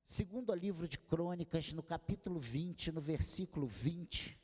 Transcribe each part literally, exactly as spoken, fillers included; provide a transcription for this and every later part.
Segundo o livro de Crônicas, no capítulo vinte, no versículo vinte,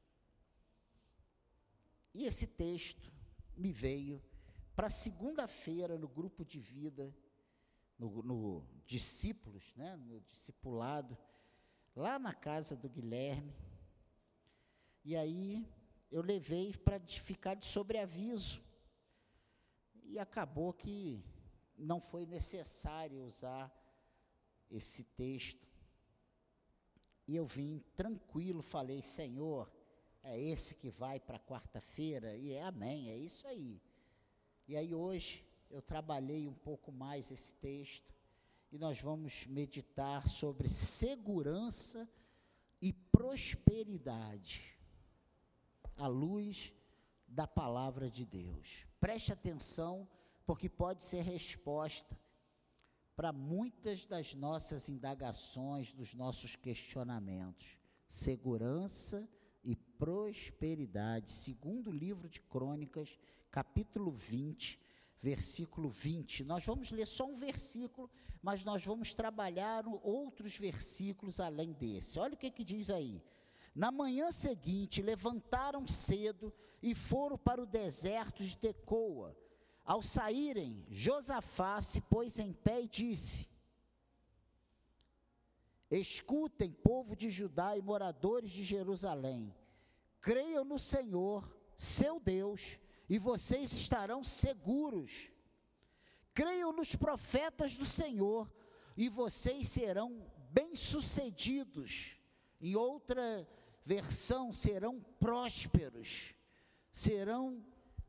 e esse texto me veio para segunda-feira no grupo de vida, no, no discípulos, né, no discipulado, lá na casa do Guilherme, e aí eu levei para ficar de sobreaviso, e acabou que não foi necessário usar esse texto, e eu vim tranquilo, falei, Senhor, é esse que vai para quarta-feira? E é amém, é isso aí. E aí hoje eu trabalhei um pouco mais esse texto, e nós vamos meditar sobre segurança e prosperidade, à luz da palavra de Deus. Preste atenção, porque pode ser resposta para muitas das nossas indagações, dos nossos questionamentos. Segurança e prosperidade, segundo o livro de Crônicas, capítulo vinte, versículo vinte. Nós vamos ler só um versículo, mas nós vamos trabalhar outros versículos além desse. Olha o que que diz aí. Na manhã seguinte, levantaram cedo e foram para o deserto de Tecoa. Ao saírem, Josafá se pôs em pé e disse: escutem, povo de Judá e moradores de Jerusalém, creiam no Senhor, seu Deus, e vocês estarão seguros. Creiam nos profetas do Senhor, e vocês serão bem-sucedidos. Em outra versão, serão prósperos, serão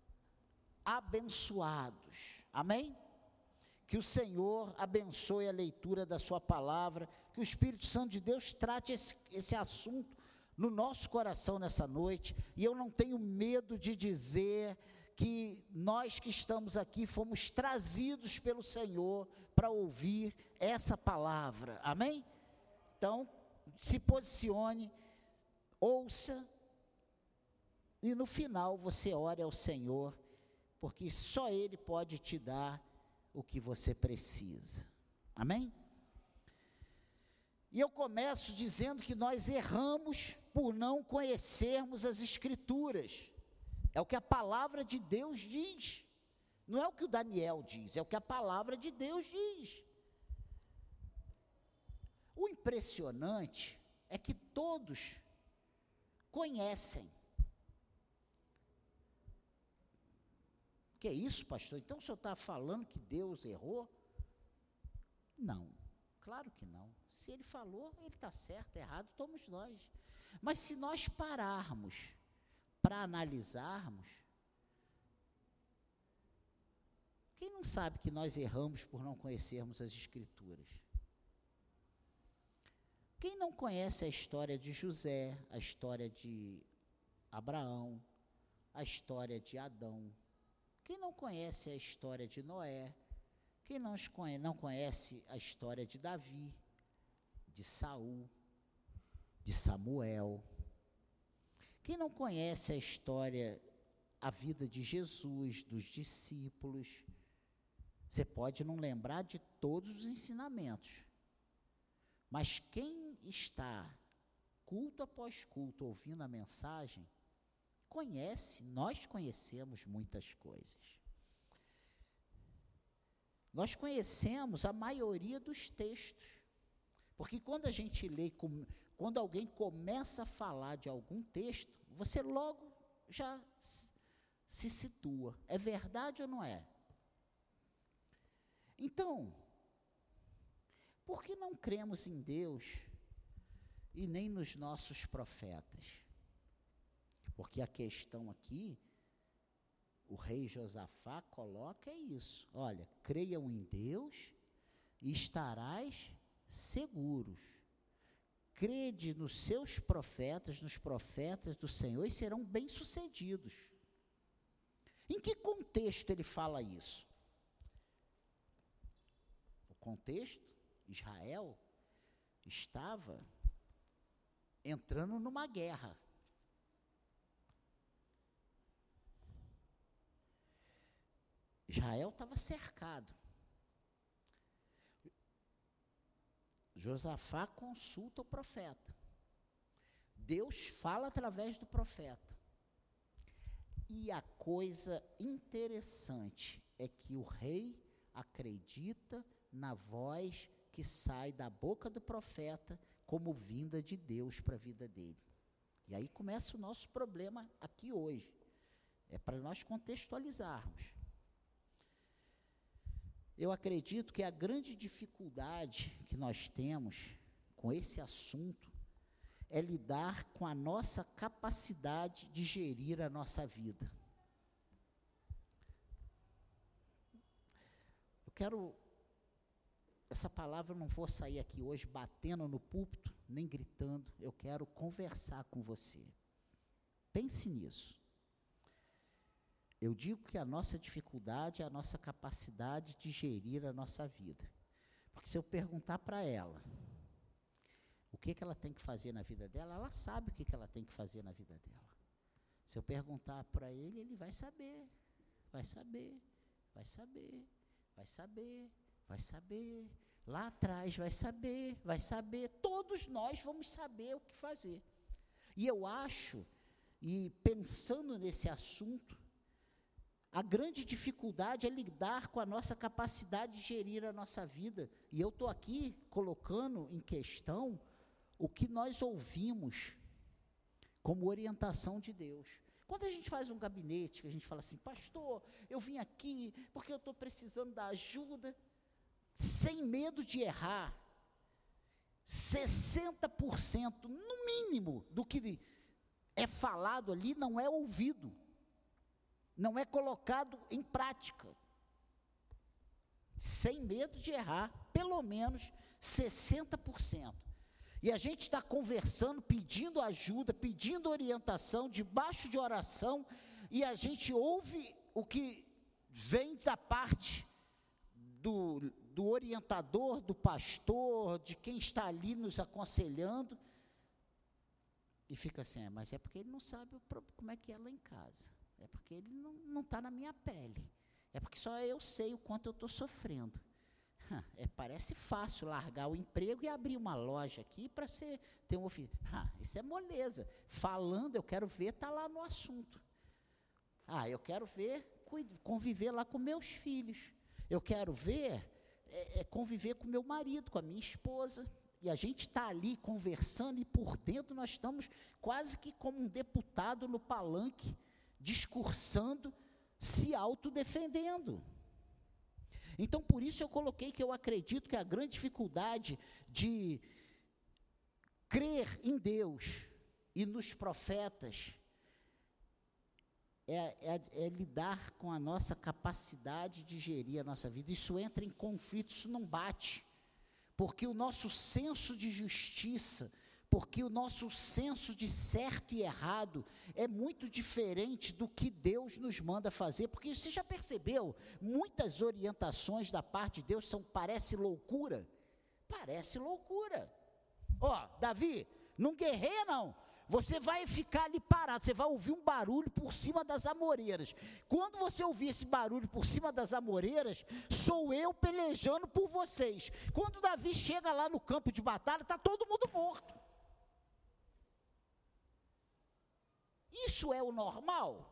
abençoados. Amém? Que o Senhor abençoe a leitura da sua palavra, que o Espírito Santo de Deus trate esse, esse assunto no nosso coração nessa noite, e eu não tenho medo de dizer que nós que estamos aqui fomos trazidos pelo Senhor para ouvir essa palavra. Amém? Então, se posicione, ouça, e no final você ore ao Senhor, porque só Ele pode te dar o que você precisa. Amém? E eu começo dizendo que nós erramos por não conhecermos as Escrituras. É o que a palavra de Deus diz. Não é o que o Daniel diz, é o que a palavra de Deus diz. O impressionante é que todos conhecem. Que é isso, pastor? Então o senhor está falando que Deus errou? Não, claro que não. Se ele falou, ele está certo, errado somos nós. Mas se nós pararmos para analisarmos, quem não sabe que nós erramos por não conhecermos as Escrituras? Quem não conhece a história de José, a história de Abraão, a história de Adão? Quem não conhece a história de Noé? Quem não conhece, não conhece a história de Davi, de Saul, de Samuel? Quem não conhece a história, a vida de Jesus, dos discípulos? Você pode não lembrar de todos os ensinamentos, mas quem está culto após culto ouvindo a mensagem, conhece, nós conhecemos muitas coisas. Nós conhecemos a maioria dos textos, porque quando a gente lê, quando alguém começa a falar de algum texto, você logo já se situa. É verdade ou não é? Então, por que não cremos em Deus e nem nos nossos profetas? Porque a questão aqui, o rei Josafá coloca é isso. Olha, creiam em Deus e estarás seguros. Crede nos seus profetas, nos profetas do Senhor, e serão bem-sucedidos. Em que contexto ele fala isso? O contexto, Israel estava entrando numa guerra. Israel estava cercado. Josafá consulta o profeta. Deus fala através do profeta. E a coisa interessante é que o rei acredita na voz que sai da boca do profeta como vinda de Deus para a vida dele. E aí começa o nosso problema aqui hoje. É para nós contextualizarmos. Eu acredito que a grande dificuldade que nós temos com esse assunto é lidar com a nossa capacidade de gerir a nossa vida. Eu quero, essa palavra eu não vou sair aqui hoje batendo no púlpito, nem gritando, eu quero conversar com você. Pense nisso. Eu digo que a nossa dificuldade é a nossa capacidade de gerir a nossa vida. Porque se eu perguntar para ela o que, que ela tem que fazer na vida dela, ela sabe o que, que ela tem que fazer na vida dela. Se eu perguntar para ele, ele vai saber, vai saber, vai saber, vai saber, vai saber. Lá atrás vai saber, vai saber. Todos nós vamos saber o que fazer. E eu acho, e pensando nesse assunto, a grande dificuldade é lidar com a nossa capacidade de gerir a nossa vida. E eu estou aqui colocando em questão o que nós ouvimos como orientação de Deus. Quando a gente faz um gabinete, que a gente fala assim, pastor, eu vim aqui porque eu estou precisando da ajuda, sem medo de errar, sessenta por cento, no mínimo, do que é falado ali não é ouvido. Não é colocado em prática. Sem medo de errar, pelo menos sessenta por cento. E a gente está conversando, pedindo ajuda, pedindo orientação, debaixo de oração, e a gente ouve o que vem da parte do, do orientador, do pastor, de quem está ali nos aconselhando, e fica assim, é, mas é porque ele não sabe o, como é que é lá em casa. É porque ele não está na minha pele. É porque só eu sei o quanto eu estou sofrendo. É, parece fácil largar o emprego e abrir uma loja aqui para você ter um ofício. Ah, isso é moleza. Falando, eu quero ver, está lá no assunto. Ah, eu quero ver, conviver lá com meus filhos. Eu quero ver, é, é, conviver com meu marido, com a minha esposa. E a gente está ali conversando e por dentro nós estamos quase que como um deputado no palanque, discursando, se autodefendendo. Então, por isso eu coloquei que eu acredito que a grande dificuldade de crer em Deus e nos profetas é, é, é lidar com a nossa capacidade de gerir a nossa vida. Isso entra em conflito, isso não bate, porque o nosso senso de justiça, porque o nosso senso de certo e errado é muito diferente do que Deus nos manda fazer, porque você já percebeu, muitas orientações da parte de Deus são, parece loucura, parece loucura. Ó, Davi, não guerreia não, você vai ficar ali parado, você vai ouvir um barulho por cima das amoreiras. Quando você ouvir esse barulho por cima das amoreiras, sou eu pelejando por vocês. Quando Davi chega lá no campo de batalha, está todo mundo morto. Isso é o normal?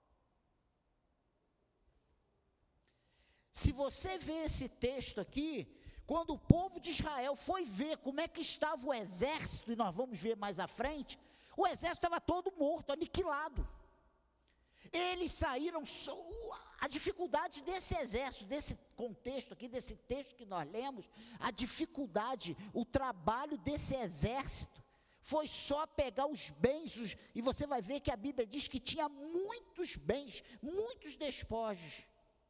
Se você vê esse texto aqui, quando o povo de Israel foi ver como é que estava o exército, e nós vamos ver mais à frente, o exército estava todo morto, aniquilado. Eles saíram, a dificuldade desse exército, desse contexto aqui, desse texto que nós lemos, a dificuldade, o trabalho desse exército, foi só pegar os bens, os, e você vai ver que a Bíblia diz que tinha muitos bens, muitos despojos.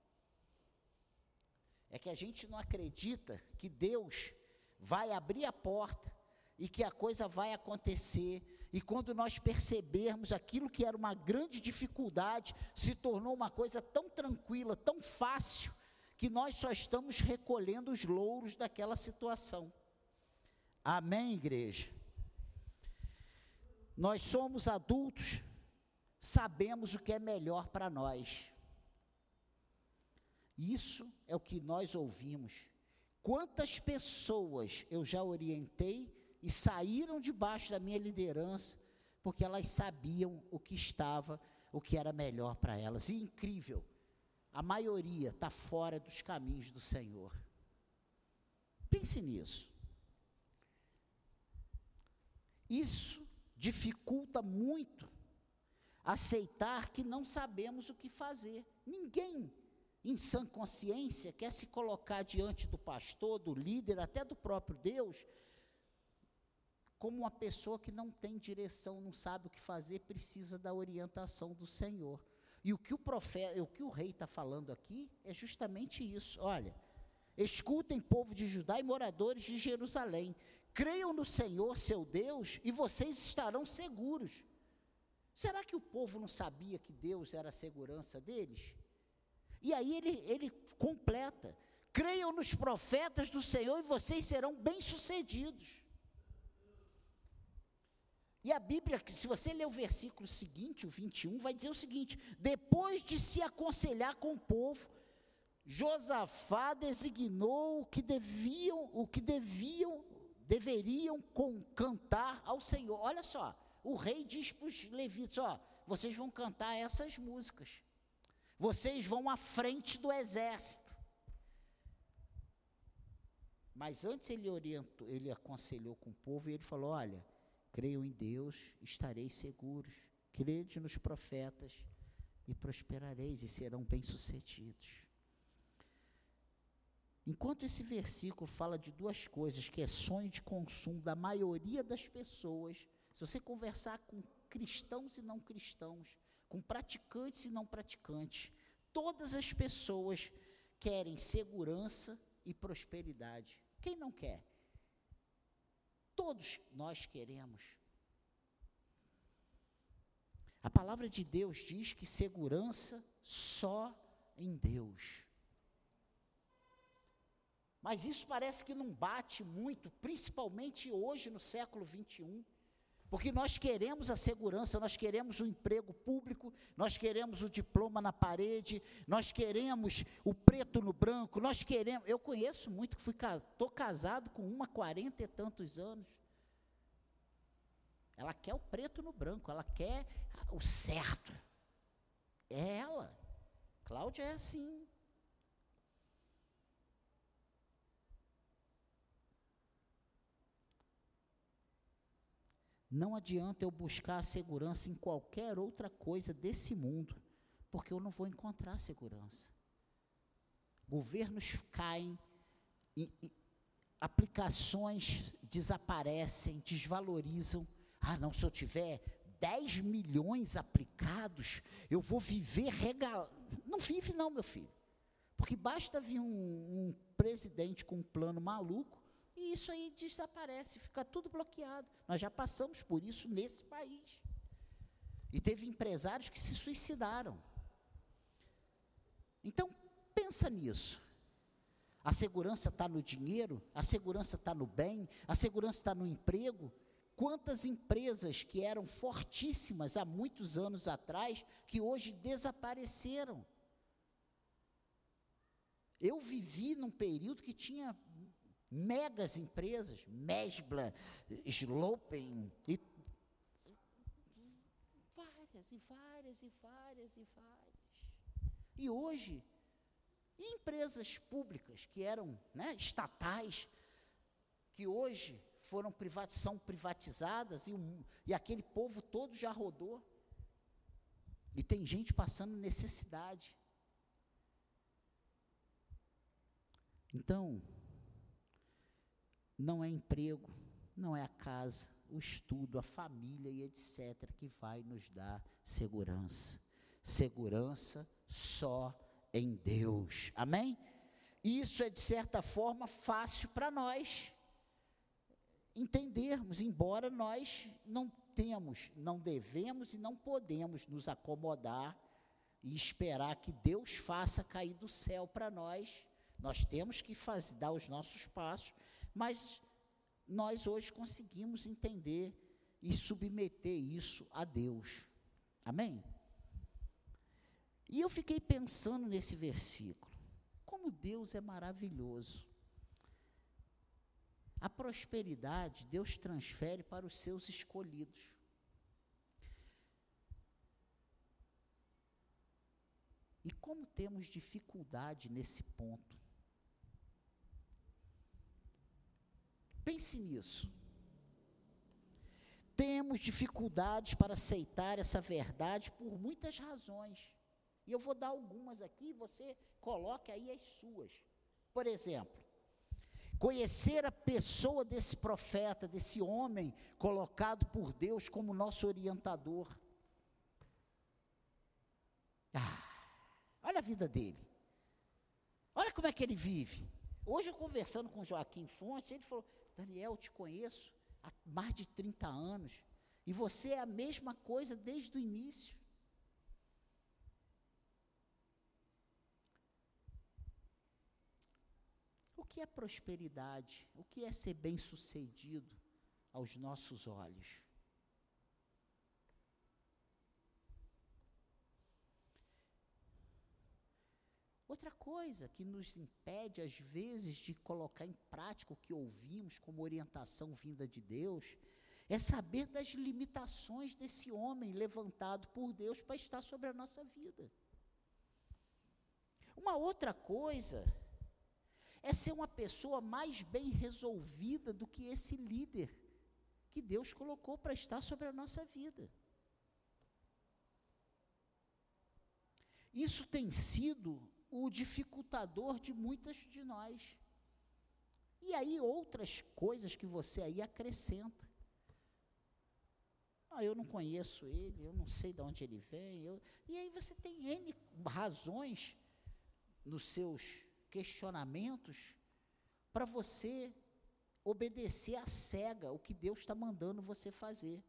É que a gente não acredita que Deus vai abrir a porta e que a coisa vai acontecer, e quando nós percebermos aquilo que era uma grande dificuldade, se tornou uma coisa tão tranquila, tão fácil, que nós só estamos recolhendo os louros daquela situação. Amém, igreja? Nós somos adultos, sabemos o que é melhor para nós. Isso é o que nós ouvimos. Quantas pessoas eu já orientei e saíram debaixo da minha liderança, porque elas sabiam o que estava, o que era melhor para elas. E incrível, a maioria está fora dos caminhos do Senhor. Pense nisso. Isso dificulta muito aceitar que não sabemos o que fazer. Ninguém, em sã consciência, quer se colocar diante do pastor, do líder, até do próprio Deus, como uma pessoa que não tem direção, não sabe o que fazer, precisa da orientação do Senhor. E o que o profeta, o que o rei está falando aqui, é justamente isso. Olha, escutem, povo de Judá e moradores de Jerusalém, creiam no Senhor, seu Deus, e vocês estarão seguros. Será que o povo não sabia que Deus era a segurança deles? E aí ele, ele completa, creiam nos profetas do Senhor e vocês serão bem-sucedidos. E a Bíblia, se você ler o versículo seguinte, o vinte e um, vai dizer o seguinte: depois de se aconselhar com o povo, Josafá designou o que deviam, o que deviam, deveriam com, cantar ao Senhor. Olha só, o rei diz para os levitas: ó, vocês vão cantar essas músicas, vocês vão à frente do exército. Mas antes ele orientou, ele aconselhou com o povo e ele falou: olha, creiam em Deus, estareis seguros, crede nos profetas e prosperareis e serão bem-sucedidos. Enquanto esse versículo fala de duas coisas, que é sonho de consumo da maioria das pessoas, se você conversar com cristãos e não cristãos, com praticantes e não praticantes, todas as pessoas querem segurança e prosperidade. Quem não quer? Todos nós queremos. A palavra de Deus diz que segurança só em Deus. Mas isso parece que não bate muito, principalmente hoje no século vinte e um, porque nós queremos a segurança, nós queremos o emprego público, nós queremos o diploma na parede, nós queremos o preto no branco, nós queremos, eu conheço muito, que fui, estou casado com uma há quarenta e tantos anos, ela quer o preto no branco, ela quer o certo, é ela, Cláudia é assim. Não adianta eu buscar a segurança em qualquer outra coisa desse mundo, porque eu não vou encontrar segurança. Governos caem, e, e, aplicações desaparecem, desvalorizam. Ah, não, se eu tiver dez milhões aplicados, eu vou viver regalado. Não vive não, meu filho, porque basta vir um, um presidente com um plano maluco, e isso aí desaparece, fica tudo bloqueado. Nós já passamos por isso nesse país. E teve empresários que se suicidaram. Então, pensa nisso. A segurança está no dinheiro, a segurança está no bem, a segurança está no emprego. Quantas empresas que eram fortíssimas há muitos anos atrás, que hoje desapareceram. Eu vivi num período que tinha megas empresas, Mesbla, Slopen, e várias, e várias, e várias, e várias. E hoje, e empresas públicas que eram, né, estatais, que hoje foram privat, são privatizadas, e, um, e aquele povo todo já rodou. E tem gente passando necessidade. Então, não é emprego, não é a casa, o estudo, a família e etcétera que vai nos dar segurança. Segurança só em Deus. Amém? Isso é, de certa forma, fácil para nós entendermos, embora nós não temos, não devemos e não podemos nos acomodar e esperar que Deus faça cair do céu para nós. Nós temos que faz, dar os nossos passos, mas nós hoje conseguimos entender e submeter isso a Deus. Amém? E eu fiquei pensando nesse versículo, como Deus é maravilhoso. A prosperidade Deus transfere para os seus escolhidos. E como temos dificuldade nesse ponto? Pense nisso. Temos dificuldades para aceitar essa verdade por muitas razões. E eu vou dar algumas aqui, você coloque aí as suas. Por exemplo, conhecer a pessoa desse profeta, desse homem colocado por Deus como nosso orientador. Ah, olha a vida dele. Olha como é que ele vive. Hoje eu conversando com o Joaquim Fontes, ele falou: Daniel, eu te conheço há mais de trinta anos, e você é a mesma coisa desde o início. O que é prosperidade? O que é ser bem-sucedido aos nossos olhos? Outra coisa que nos impede, às vezes, de colocar em prática o que ouvimos como orientação vinda de Deus, é saber das limitações desse homem levantado por Deus para estar sobre a nossa vida. Uma outra coisa é ser uma pessoa mais bem resolvida do que esse líder que Deus colocou para estar sobre a nossa vida. Isso tem sido o dificultador de muitas de nós. E aí outras coisas que você aí acrescenta. Ah, eu não conheço ele, eu não sei de onde ele vem. Eu... E aí você tem N razões nos seus questionamentos para você obedecer à cega o que Deus está mandando você fazer.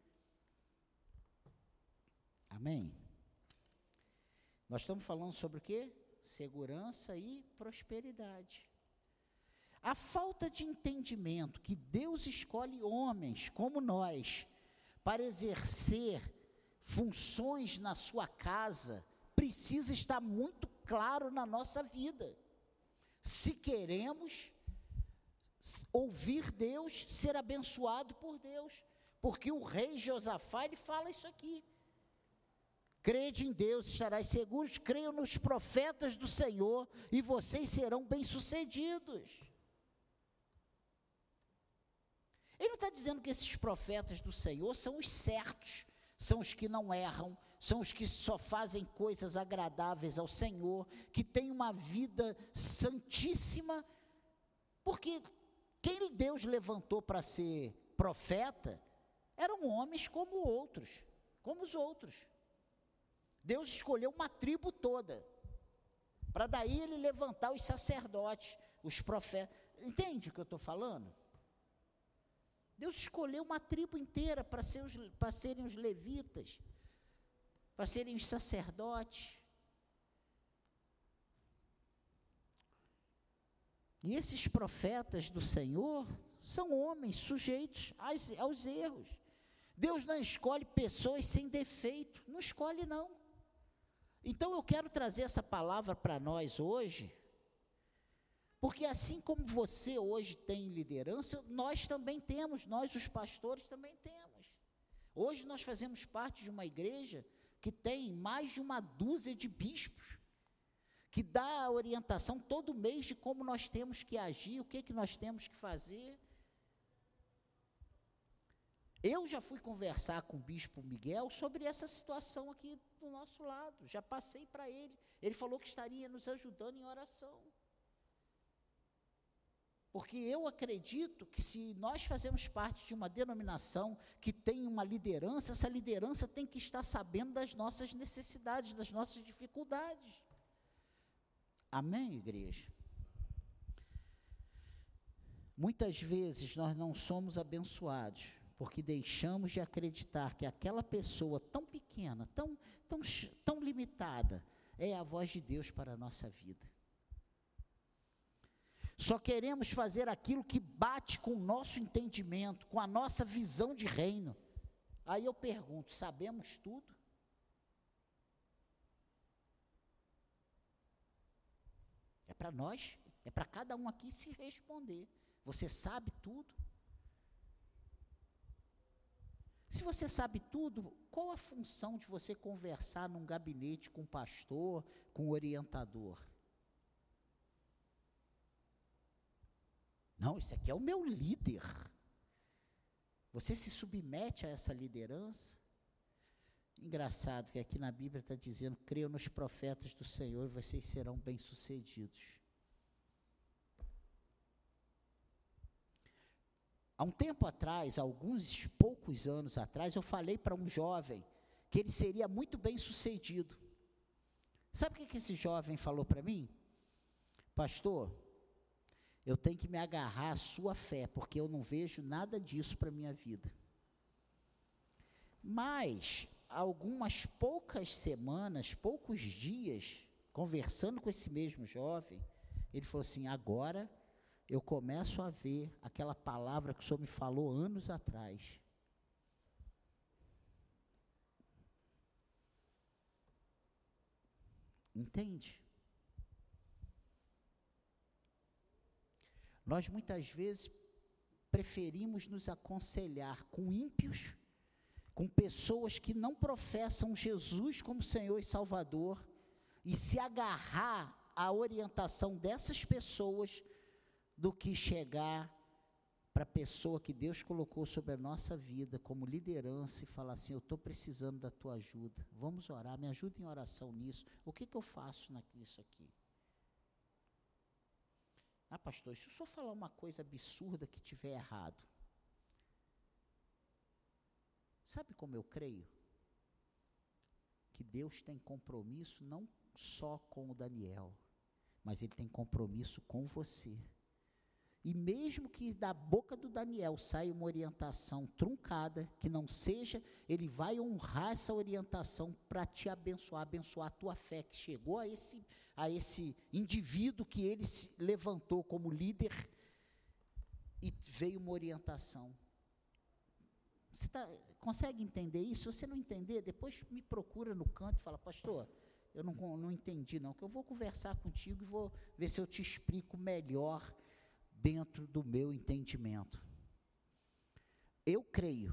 Amém? Nós estamos falando sobre o quê? Segurança e prosperidade. A falta de entendimento que Deus escolhe homens como nós para exercer funções na sua casa precisa estar muito claro na nossa vida. Se queremos ouvir Deus, ser abençoado por Deus, porque o rei Josafá, ele fala isso aqui: crede em Deus, estarás seguros, creiam nos profetas do Senhor, e vocês serão bem-sucedidos. Ele não está dizendo que esses profetas do Senhor são os certos, são os que não erram, são os que só fazem coisas agradáveis ao Senhor, que têm uma vida santíssima, porque quem Deus levantou para ser profeta, eram homens como outros, como os outros. Deus escolheu uma tribo toda, para daí ele levantar os sacerdotes, os profetas. Entende o que eu estou falando? Deus escolheu uma tribo inteira para ser os, para serem os levitas, para serem os sacerdotes. E esses profetas do Senhor são homens sujeitos aos, aos erros. Deus não escolhe pessoas sem defeito, não escolhe não. Então eu quero trazer essa palavra para nós hoje, porque assim como você hoje tem liderança, nós também temos, nós os pastores também temos. Hoje nós fazemos parte de uma igreja que tem mais de uma dúzia de bispos, que dá a orientação todo mês de como nós temos que agir, o que, que nós temos que fazer. Eu já fui conversar com o bispo Miguel sobre essa situação aqui do nosso lado, já passei para ele, ele falou que estaria nos ajudando em oração. Porque eu acredito que se nós fazemos parte de uma denominação que tem uma liderança, essa liderança tem que estar sabendo das nossas necessidades, das nossas dificuldades. Amém, igreja? Muitas vezes nós não somos abençoados, porque deixamos de acreditar que aquela pessoa tão pequena, tão, tão, tão limitada, é a voz de Deus para a nossa vida. Só queremos fazer aquilo que bate com o nosso entendimento, com a nossa visão de reino. Aí eu pergunto, sabemos tudo? É para nós, é para cada um aqui se responder. Você sabe tudo? Se você sabe tudo, qual a função de você conversar num gabinete com um pastor, com um orientador? Não, esse aqui é o meu líder. Você se submete a essa liderança? Engraçado que aqui na Bíblia está dizendo, creiam nos profetas do Senhor e vocês serão bem-sucedidos. Há um tempo atrás, alguns poucos anos atrás, eu falei para um jovem que ele seria muito bem-sucedido. Sabe o que, que esse jovem falou para mim? Pastor, eu tenho que me agarrar à sua fé, porque eu não vejo nada disso para a minha vida. Mas, algumas poucas semanas, poucos dias, conversando com esse mesmo jovem, ele falou assim, agora eu começo a ver aquela palavra que o Senhor me falou anos atrás. Entende? Nós muitas vezes preferimos nos aconselhar com ímpios, com pessoas que não professam Jesus como Senhor e Salvador, e se agarrar à orientação dessas pessoas, do que chegar para a pessoa que Deus colocou sobre a nossa vida como liderança e falar assim, eu estou precisando da tua ajuda, vamos orar, me ajuda em oração nisso, o que, que eu faço nisso aqui? Ah, pastor, se eu só falar uma coisa absurda que tiver errado, sabe como eu creio? Que Deus tem compromisso não só com o Daniel, mas Ele tem compromisso com você. E mesmo que da boca do Daniel saia uma orientação truncada, que não seja, ele vai honrar essa orientação para te abençoar, abençoar a tua fé, que chegou a esse, a esse indivíduo que ele se levantou como líder, e veio uma orientação. Você tá, consegue entender isso? Se você não entender, depois me procura no canto e fala, pastor, eu não, não entendi não, que eu vou conversar contigo e vou ver se eu te explico melhor, dentro do meu entendimento. Eu creio,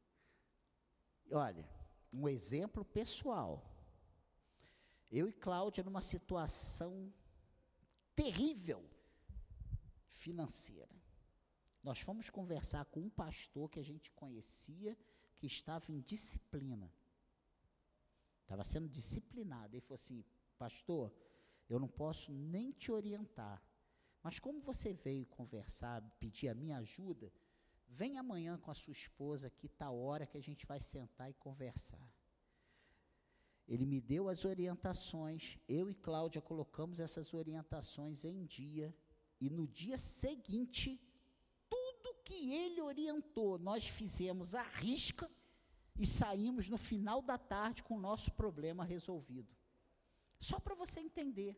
olha, um exemplo pessoal, eu e Cláudia numa situação terrível financeira, nós fomos conversar com um pastor que a gente conhecia, que estava em disciplina, estava sendo disciplinado, ele falou assim, pastor, eu não posso nem te orientar, mas como você veio conversar, pedir a minha ajuda, vem amanhã com a sua esposa aqui, tá a hora que a gente vai sentar e conversar. Ele me deu as orientações, eu e Cláudia colocamos essas orientações em dia, e no dia seguinte, tudo que ele orientou, nós fizemos à risca, e saímos no final da tarde com o nosso problema resolvido. Só para você entender.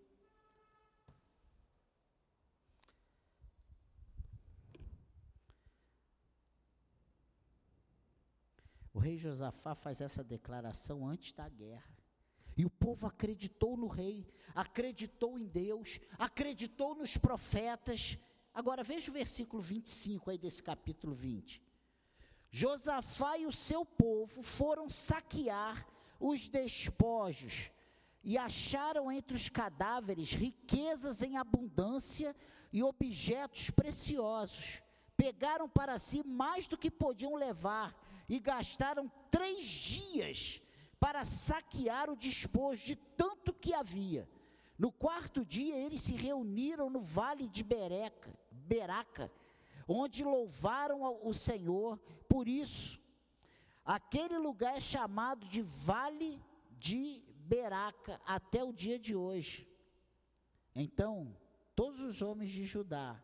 O rei Josafá faz essa declaração antes da guerra, e o povo acreditou no rei, acreditou em Deus, acreditou nos profetas. Agora veja o versículo vinte e cinco aí desse capítulo vinte. Josafá e o seu povo foram saquear os despojos, e acharam entre os cadáveres riquezas em abundância e objetos preciosos. Pegaram para si mais do que podiam levar, e gastaram três dias para saquear o despojo de tanto que havia. No quarto dia, eles se reuniram no vale de Bereca, Beraca, onde louvaram o Senhor. Por isso, aquele lugar é chamado de Vale de Beraca até o dia de hoje. Então, todos os homens de Judá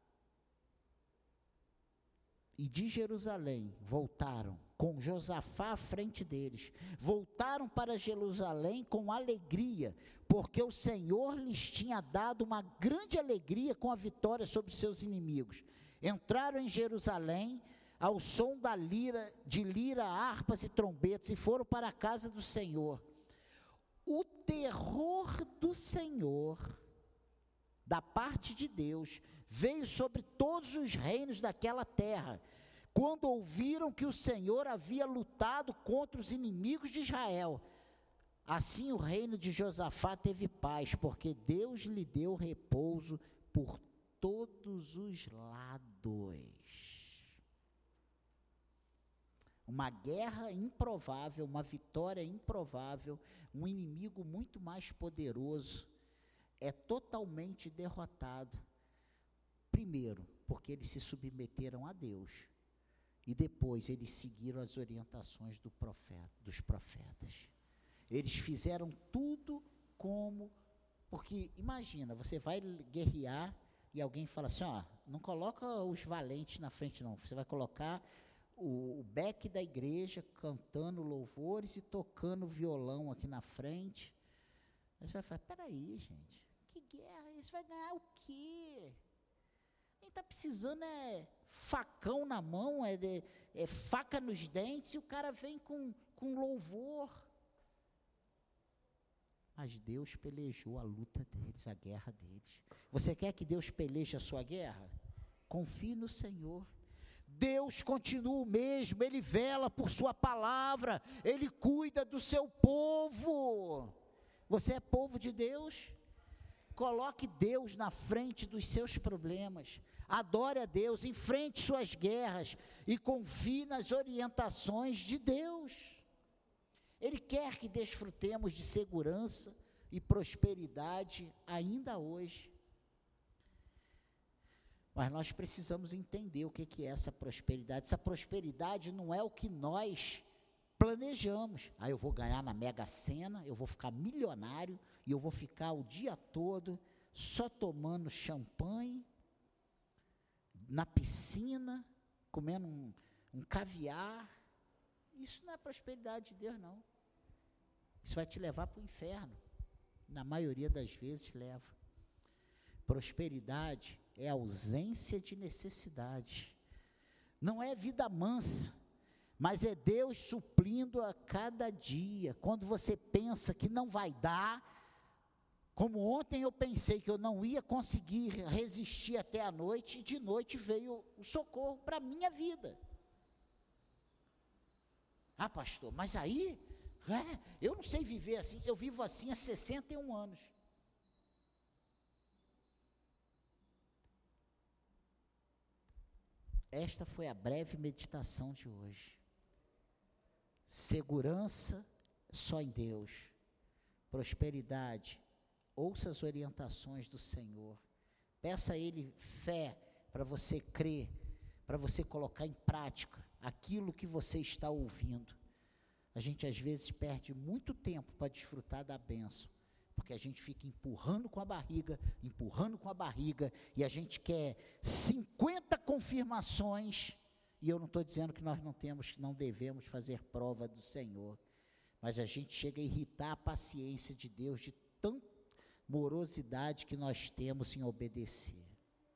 e de Jerusalém voltaram, com Josafá à frente deles, voltaram para Jerusalém com alegria, porque o Senhor lhes tinha dado uma grande alegria com a vitória sobre os seus inimigos. Entraram em Jerusalém ao som da lira, de lira, harpas e trombetas, e foram para a casa do Senhor. O terror do Senhor, da parte de Deus, veio sobre todos os reinos daquela terra, quando ouviram que o Senhor havia lutado contra os inimigos de Israel. Assim o reino de Josafá teve paz, porque Deus lhe deu repouso por todos os lados. Uma guerra improvável, uma vitória improvável, um inimigo muito mais poderoso é totalmente derrotado. Primeiro, porque eles se submeteram a Deus, e depois eles seguiram as orientações do profeta, dos profetas. Eles fizeram tudo como, porque imagina, você vai guerrear e alguém fala assim, ó, não coloca os valentes na frente não, você vai colocar o, o beck da igreja cantando louvores e tocando violão aqui na frente. Aí você vai falar, peraí gente, que guerra, isso vai ganhar o quê? Quem está precisando é facão na mão, é, de, é faca nos dentes, e o cara vem com, com louvor. Mas Deus pelejou a luta deles, a guerra deles. Você quer que Deus peleje a sua guerra? Confie no Senhor. Deus continua o mesmo, Ele vela por sua palavra, Ele cuida do seu povo. Você é povo de Deus? Coloque Deus na frente dos seus problemas. Adore a Deus, enfrente suas guerras e confie nas orientações de Deus. Ele quer que desfrutemos de segurança e prosperidade ainda hoje. Mas nós precisamos entender o que que é essa prosperidade. Essa prosperidade não é o que nós planejamos. Ah, eu vou ganhar na Mega Sena, eu vou ficar milionário e eu vou ficar o dia todo só tomando champanhe, na piscina, comendo um, um caviar. Isso não é prosperidade de Deus, não. Isso vai te levar para o inferno. Na maioria das vezes leva. Prosperidade é ausência de necessidade. Não é vida mansa, mas é Deus suprindo a cada dia. Quando você pensa que não vai dar, como ontem eu pensei que eu não ia conseguir resistir até a noite, e de noite veio o socorro para a minha vida. Ah, pastor, mas aí, é, eu não sei viver assim, eu vivo assim há sessenta e um anos. Esta foi a breve meditação de hoje. Segurança só em Deus. Prosperidade, ouça as orientações do Senhor. Peça a Ele fé para você crer, para você colocar em prática aquilo que você está ouvindo. A gente às vezes perde muito tempo para desfrutar da bênção, porque a gente fica empurrando com a barriga, empurrando com a barriga, e a gente quer cinquenta confirmações, e eu não estou dizendo que nós não temos, que não devemos fazer prova do Senhor, mas a gente chega a irritar a paciência de Deus, de tanta morosidade que nós temos em obedecer.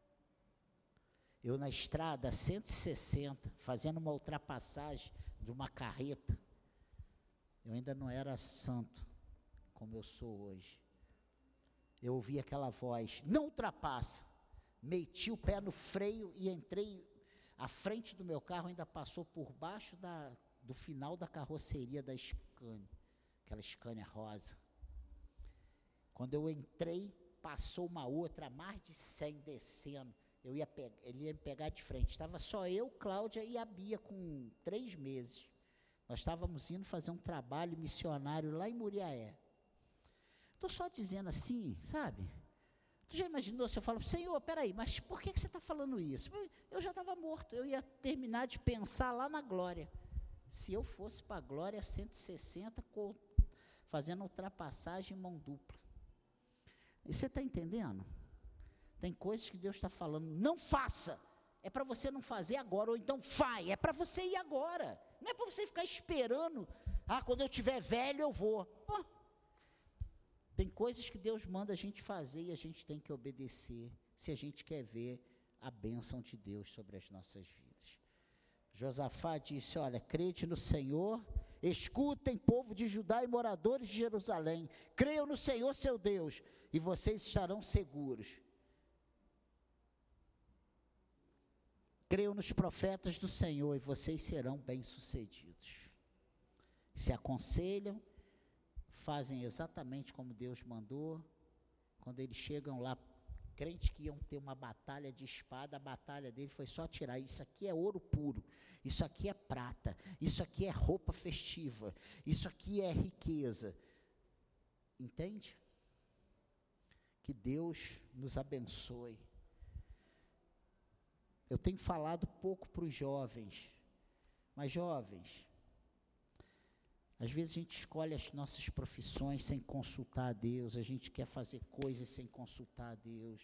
Eu na estrada, cento e sessenta, fazendo uma ultrapassagem de uma carreta, eu ainda não era santo, como eu sou hoje. Eu ouvi aquela voz, não ultrapassa. Meti o pé no freio e entrei, a frente do meu carro ainda passou por baixo da, do final da carroceria da Scania, aquela Scania rosa. Quando eu entrei, passou uma outra, a mais de cem descendo. Eu ia pegar, ele ia me pegar de frente. Estava só eu, Cláudia e a Bia com três meses. Nós estávamos indo fazer um trabalho missionário lá em Muriaé. Estou só dizendo assim, sabe? Tu já imaginou, se eu falo, Senhor, peraí, mas por que, que você está falando isso? Eu já estava morto, eu ia terminar de pensar lá na glória. Se eu fosse para a glória cento e sessenta, fazendo ultrapassagem em mão dupla. E você está entendendo? Tem coisas que Deus está falando, não faça. É para você não fazer agora, ou então vai, é para você ir agora. Não é para você ficar esperando, ah, quando eu tiver velho eu vou. Oh. Tem coisas que Deus manda a gente fazer e a gente tem que obedecer, se a gente quer ver a bênção de Deus sobre as nossas vidas. Josafá disse, olha, crede no Senhor, escutem, povo de Judá e moradores de Jerusalém, creiam no Senhor seu Deus, e vocês estarão seguros. Creiam nos profetas do Senhor e vocês serão bem-sucedidos. Se aconselham, fazem exatamente como Deus mandou. Quando eles chegam lá, crentes que iam ter uma batalha de espada, a batalha dele foi só tirar, isso aqui é ouro puro, isso aqui é prata, isso aqui é roupa festiva, isso aqui é riqueza. Entende? Que Deus nos abençoe. Eu tenho falado pouco para os jovens, mas jovens, às vezes a gente escolhe as nossas profissões sem consultar a Deus, a gente quer fazer coisas sem consultar a Deus.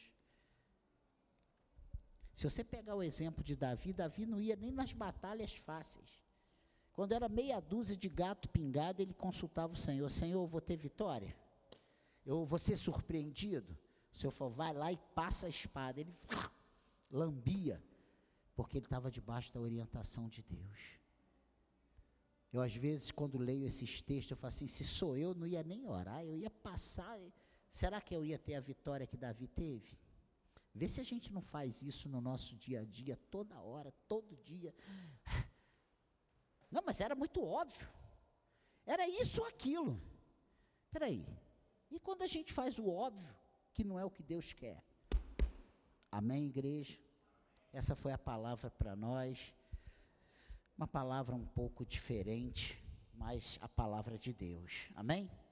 Se você pegar o exemplo de Davi, Davi não ia nem nas batalhas fáceis. Quando era meia dúzia de gato pingado, ele consultava o Senhor: Senhor, eu vou ter vitória? Eu vou ser surpreendido? O Senhor falou: vai lá e passa a espada. Ele lambia, porque ele estava debaixo da orientação de Deus. Eu, às vezes, quando leio esses textos, eu falo assim: se sou eu, não ia nem orar, eu ia passar. Será que eu ia ter a vitória que Davi teve? Vê se a gente não faz isso no nosso dia a dia, toda hora, todo dia. Não, mas era muito óbvio. Era isso ou aquilo. Espera aí. E quando a gente faz o óbvio, que não é o que Deus quer? Amém, igreja? Essa foi a palavra para nós. Uma palavra um pouco diferente, mas a palavra de Deus. Amém?